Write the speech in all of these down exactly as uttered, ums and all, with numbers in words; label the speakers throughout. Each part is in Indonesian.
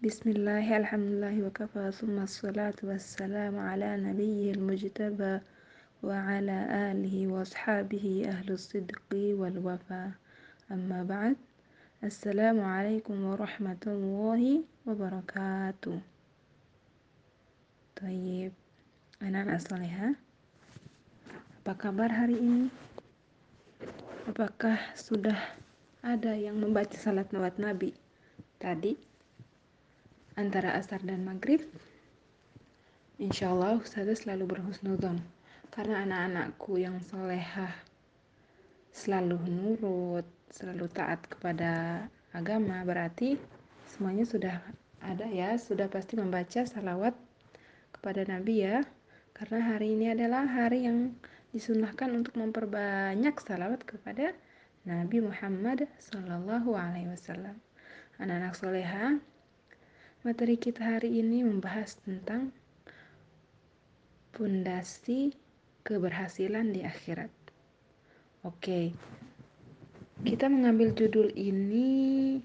Speaker 1: Bismillah, alhamdulillah wa kafa, summa salatu wassalamu ala nabiyyil mujtaba wa ala alihi wa ashabihi ahlus sidqi wal wafa. Amma ba'd. Assalamualaikum warahmatullahi wabarakatuh. Tayyib, anak-anak salehah, apa kabar hari ini? Apakah sudah ada yang membaca salat nawat Nabi tadi antara asar dan maghrib? Insyaallah Ustazah selalu berhusnudzon karena anak-anakku yang solehah selalu nurut, selalu taat kepada agama, berarti semuanya sudah ada ya, sudah pasti membaca salawat kepada Nabi ya, karena hari ini adalah hari yang disunahkan untuk memperbanyak salawat kepada Nabi Muhammad Sallallahu Alaihi Wasallam. Anak-anak solehah, materi kita hari ini membahas tentang pondasi keberhasilan di akhirat. Oke, kita mengambil judul ini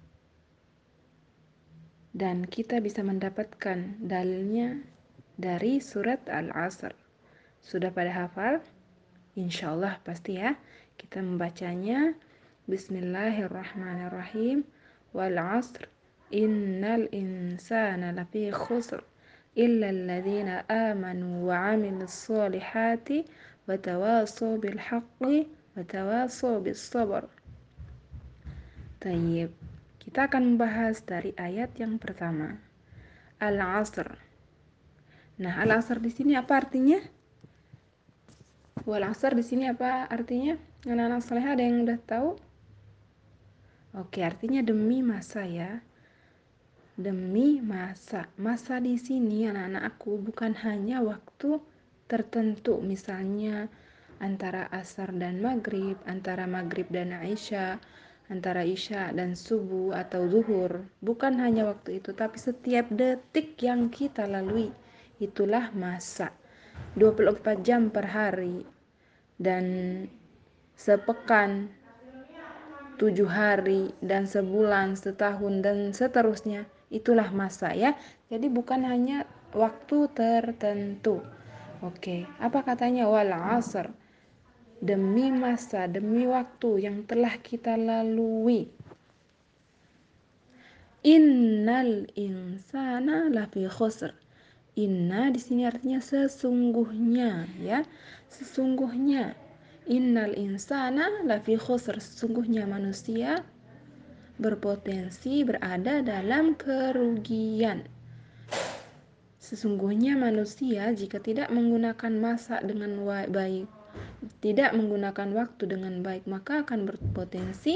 Speaker 1: dan kita bisa mendapatkan dalilnya dari surat Al-Asr. Sudah pada hafal? Insyaallah pasti ya. Kita membacanya. Bismillahirrahmanirrahim. Wal 'asr innal insana lafi khusr illa alladhina amanu wa 'amilus solihati wa tawasaw bil haqqi wa tawasaw bis sabr. Tayyib. Kita akan membahas dari ayat yang pertama. Al-'asr. Nah, al-'asr di sini apa artinya? Wal 'asr di sini apa artinya? Anak-anak saleh ada yang udah tahu? Oke, artinya demi masa ya. Demi masa. Masa di sini anak-anakku bukan hanya waktu tertentu, misalnya antara asar dan maghrib, antara maghrib dan isya, antara isya dan subuh atau zuhur. Bukan hanya waktu itu, tapi setiap detik yang kita lalui itulah masa. dua puluh empat jam per hari dan sepekan, tujuh hari, dan sebulan, setahun, dan seterusnya. Itulah masa ya. Jadi bukan hanya waktu tertentu. Oke, apa katanya? Wal 'asr. Demi masa, demi waktu yang telah kita lalui. Innal insana lafi khusr. Inna di sini artinya sesungguhnya ya. Sesungguhnya. Innal insana lafi khusr. Sesungguhnya manusia berpotensi berada dalam kerugian. Sesungguhnya manusia jika tidak menggunakan masa dengan baik, tidak menggunakan waktu dengan baik, maka akan berpotensi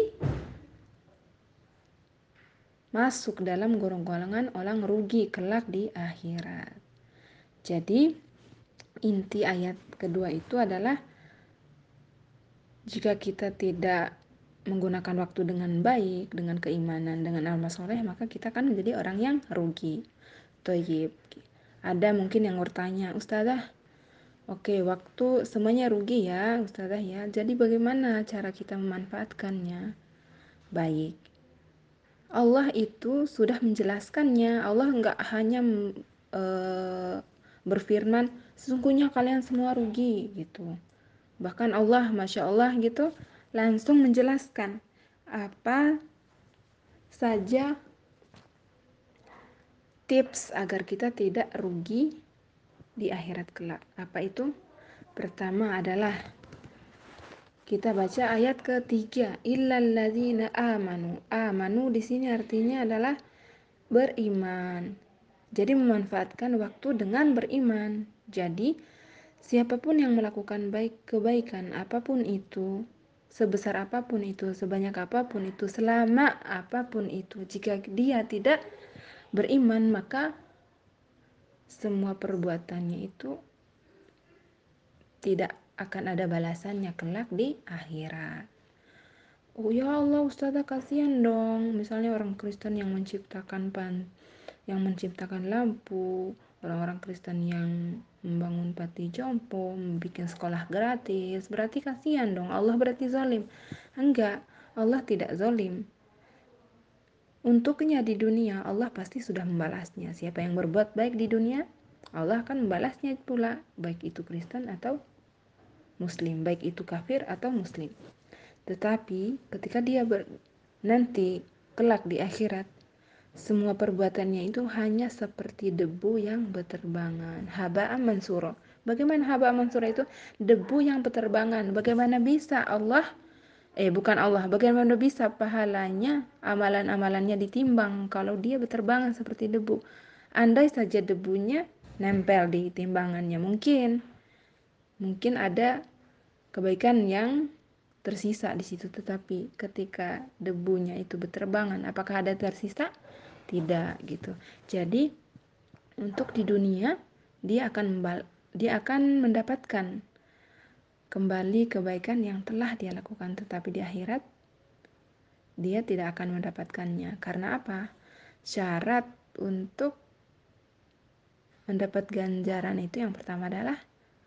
Speaker 1: masuk dalam golongan orang rugi kelak di akhirat. Jadi inti ayat kedua itu adalah jika kita tidak menggunakan waktu dengan baik, dengan keimanan, dengan amal soleh, maka kita akan menjadi orang yang rugi. Toyib. Ada mungkin yang bertanya, Ustazah, oke waktu semuanya rugi ya Ustazah ya, jadi bagaimana cara kita memanfaatkannya? Baik, Allah itu sudah menjelaskannya. Allah enggak hanya e, berfirman, sesungguhnya kalian semua rugi gitu. Bahkan Allah, Masya Allah gitu, langsung menjelaskan apa saja tips agar kita tidak rugi di akhirat kelak. Apa itu? Pertama adalah kita baca ayat ketiga, illalladzina amanu. Amanu di sini artinya adalah beriman. Jadi memanfaatkan waktu dengan beriman. Jadi siapapun yang melakukan baik kebaikan apapun itu, sebesar apapun itu, sebanyak apapun itu, selama apapun itu, jika dia tidak beriman, maka semua perbuatannya itu tidak akan ada balasannya kelak di akhirat. Oh ya Allah Ustazah, kasihan dong. Misalnya orang Kristen yang menciptakan pan, yang menciptakan lampu, orang-orang Kristen yang membangun panti jompo, membuat sekolah gratis, berarti kasihan dong. Allah berarti zalim? Enggak, Allah tidak zalim. untuknya di dunia Allah pasti sudah membalasnya. Siapa yang berbuat baik di dunia, Allah akan membalasnya pula, baik itu Kristen atau Muslim, baik itu kafir atau Muslim. Tetapi ketika dia ber, nanti kelak di akhirat, semua perbuatannya itu hanya seperti debu yang berterbangan, haba'an mansura. Bagaimana haba'an mansura itu? Debu yang berterbangan. Bagaimana bisa Allah eh bukan Allah, bagaimana bisa pahalanya, amalan-amalannya ditimbang kalau dia berterbangan seperti debu? Andai saja debunya nempel di timbangannya, mungkin mungkin ada kebaikan yang tersisa di situ, tetapi ketika debunya itu berterbangan, apakah ada tersisa? Tidak gitu. Jadi untuk di dunia dia akan dia akan mendapatkan kembali kebaikan yang telah dia lakukan, tetapi di akhirat dia tidak akan mendapatkannya. Karena apa? Syarat untuk mendapat ganjaran itu yang pertama adalah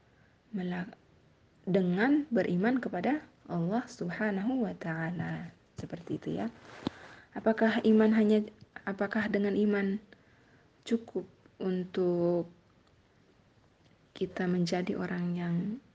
Speaker 1: dengan beriman kepada Allah Subhanahu wa taala. Seperti itu ya. Apakah iman hanya apakah dengan iman cukup untuk kita menjadi orang yang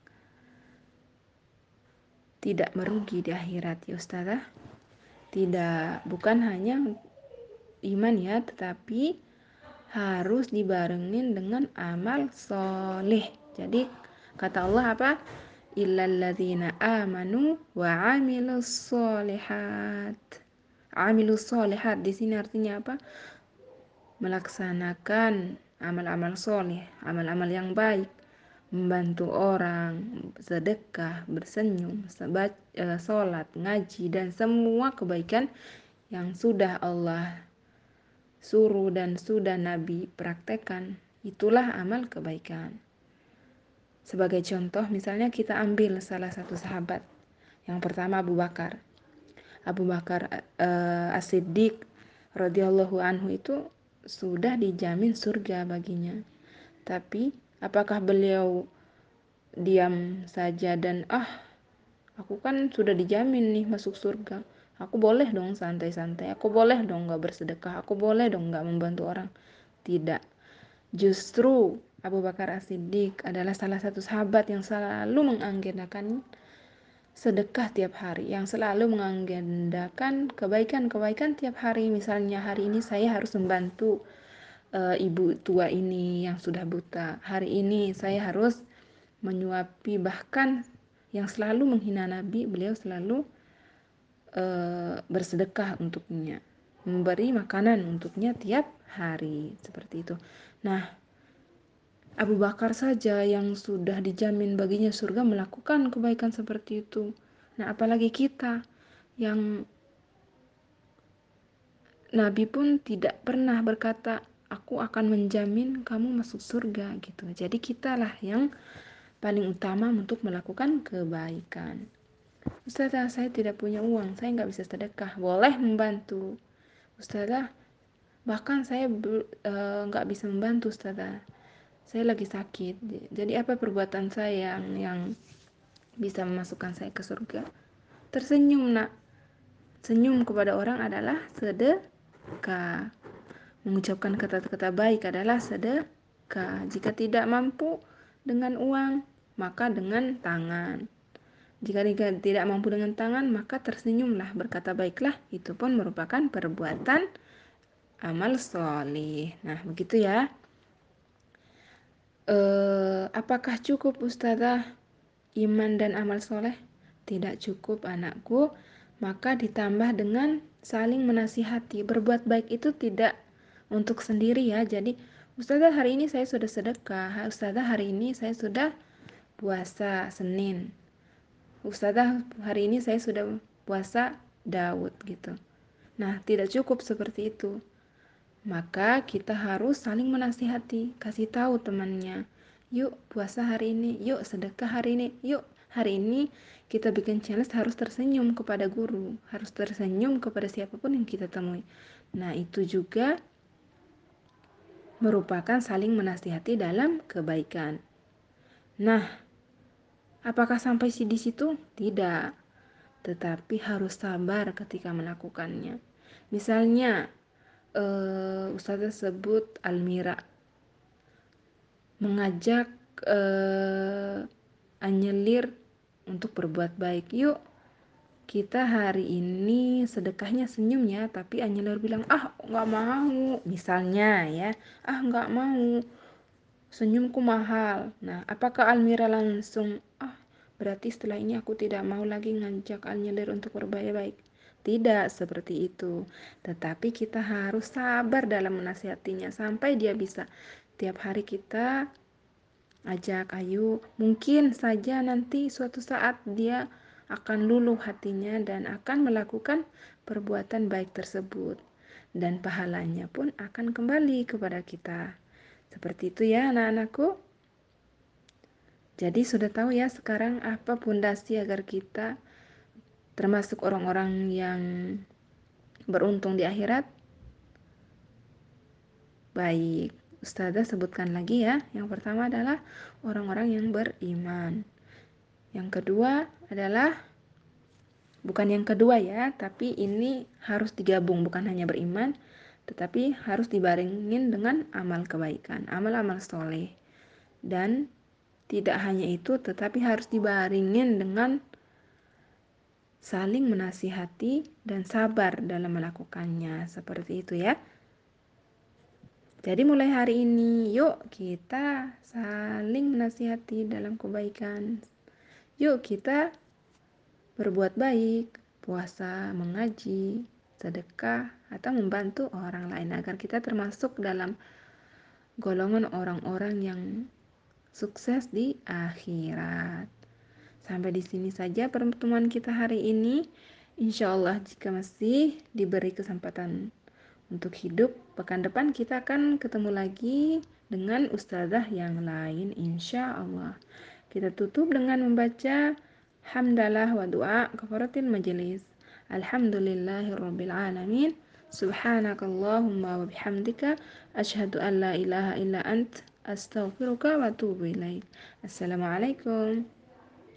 Speaker 1: tidak merugi di akhirat ya Ustazah? Tidak, bukan hanya iman ya, tetapi harus dibarengin dengan amal soleh. Jadi kata Allah apa? Illalladzina amanu wa amilus solihat. Amilus solihat di sini artinya apa? Melaksanakan amal-amal soleh, amal-amal yang baik, membantu orang, sedekah, bersenyum, sebat, e, sholat, ngaji, dan semua kebaikan yang sudah Allah suruh dan sudah Nabi praktekkan, itulah amal kebaikan. Sebagai contoh, misalnya kita ambil salah satu sahabat. Yang pertama Abu Bakar. Abu Bakar uh, As-Siddiq radhiyallahu anhu itu sudah dijamin surga baginya. Tapi apakah beliau diam saja dan ah, aku kan sudah dijamin nih masuk surga, aku boleh dong santai-santai, aku boleh dong gak bersedekah, aku boleh dong gak membantu orang? Tidak. Justru Abu Bakar As-Siddiq adalah salah satu sahabat yang selalu mengagendakan sedekah tiap hari, yang selalu mengagendakan kebaikan-kebaikan tiap hari. Misalnya hari ini saya harus membantu uh, ibu tua ini yang sudah buta. Hari ini saya harus menyuapi, bahkan yang selalu menghina Nabi, beliau selalu uh, bersedekah untuknya, memberi makanan untuknya tiap hari, seperti itu. Nah, Abu Bakar saja yang sudah dijamin baginya surga melakukan kebaikan seperti itu. Nah, apalagi kita yang Nabi pun tidak pernah berkata, aku akan menjamin kamu masuk surga gitu. Jadi kitalah yang paling utama untuk melakukan kebaikan. Ustazah, saya tidak punya uang, saya nggak bisa sedekah. Boleh membantu. Ustazah, bahkan saya nggak e, bisa membantu Ustazah. Saya lagi sakit. Jadi apa perbuatan saya yang, yang bisa memasukkan saya ke surga? Tersenyum nak. Senyum kepada orang adalah sedekah. Mengucapkan kata-kata baik adalah sedekah. Jika tidak mampu dengan uang, maka dengan tangan. Jika tidak mampu dengan tangan, maka tersenyumlah, berkata baiklah. Itu pun merupakan perbuatan amal sholih. Nah, begitu ya. Eh, apakah cukup Ustazah iman dan amal soleh? Tidak cukup anakku, maka ditambah dengan saling menasihati. Berbuat baik itu tidak untuk sendiri ya. Jadi Ustazah hari ini saya sudah sedekah, Ustazah hari ini saya sudah puasa Senin, Ustazah hari ini saya sudah puasa Daud gitu. Nah, tidak cukup seperti itu. Maka kita harus saling menasihati, kasih tahu temannya, yuk puasa hari ini, yuk sedekah hari ini, yuk hari ini kita bikin challenge harus tersenyum kepada guru, harus tersenyum kepada siapapun yang kita temui. Nah, itu juga merupakan saling menasihati dalam kebaikan. Nah, apakah sampai di situ? Tidak. Tetapi harus sabar ketika melakukannya. Misalnya uh, Ustazah sebut Almira mengajak uh, Anyelir untuk berbuat baik. Yuk kita hari ini sedekahnya senyum ya, tapi Anyelir bilang, ah nggak mau, misalnya ya, ah nggak mau, senyumku mahal. Nah, apakah Almira langsung, ah berarti setelah ini aku tidak mau lagi ngajak Anyelir untuk berbuat baik? Tidak seperti itu, tetapi kita harus sabar dalam menasihatinya sampai dia bisa. Tiap hari kita ajak, ayo, mungkin saja nanti suatu saat dia akan luluh hatinya dan akan melakukan perbuatan baik tersebut, dan pahalanya pun akan kembali kepada kita. Seperti itu ya anak-anakku. Jadi sudah tahu ya sekarang apa pondasi agar kita termasuk orang-orang yang beruntung di akhirat. Baik, Ustazah sebutkan lagi ya. Yang pertama adalah orang-orang yang beriman. Yang kedua adalah, bukan yang kedua ya, tapi ini harus digabung, bukan hanya beriman, tetapi harus dibarengin dengan amal kebaikan, amal-amal soleh. Dan tidak hanya itu, tetapi harus dibarengin dengan saling menasihati dan sabar dalam melakukannya. Seperti itu ya. Jadi mulai hari ini, yuk kita saling menasihati dalam kebaikan. Yuk kita berbuat baik, puasa, mengaji, sedekah, atau membantu orang lain agar kita termasuk dalam golongan orang-orang yang sukses di akhirat. Sampai di sini saja pertemuan kita hari ini. Insya Allah jika masih diberi kesempatan untuk hidup, pekan depan kita akan ketemu lagi dengan ustazah yang lain insya Allah. Kita tutup dengan membaca hamdalah wa doa kafaratil majelis. Alhamdulillahirabbil alamin. Subhanakallahumma wa bihamdika asyhadu an la ilaha illa ant astaghfiruka wa atubu ilaik. Assalamualaikum.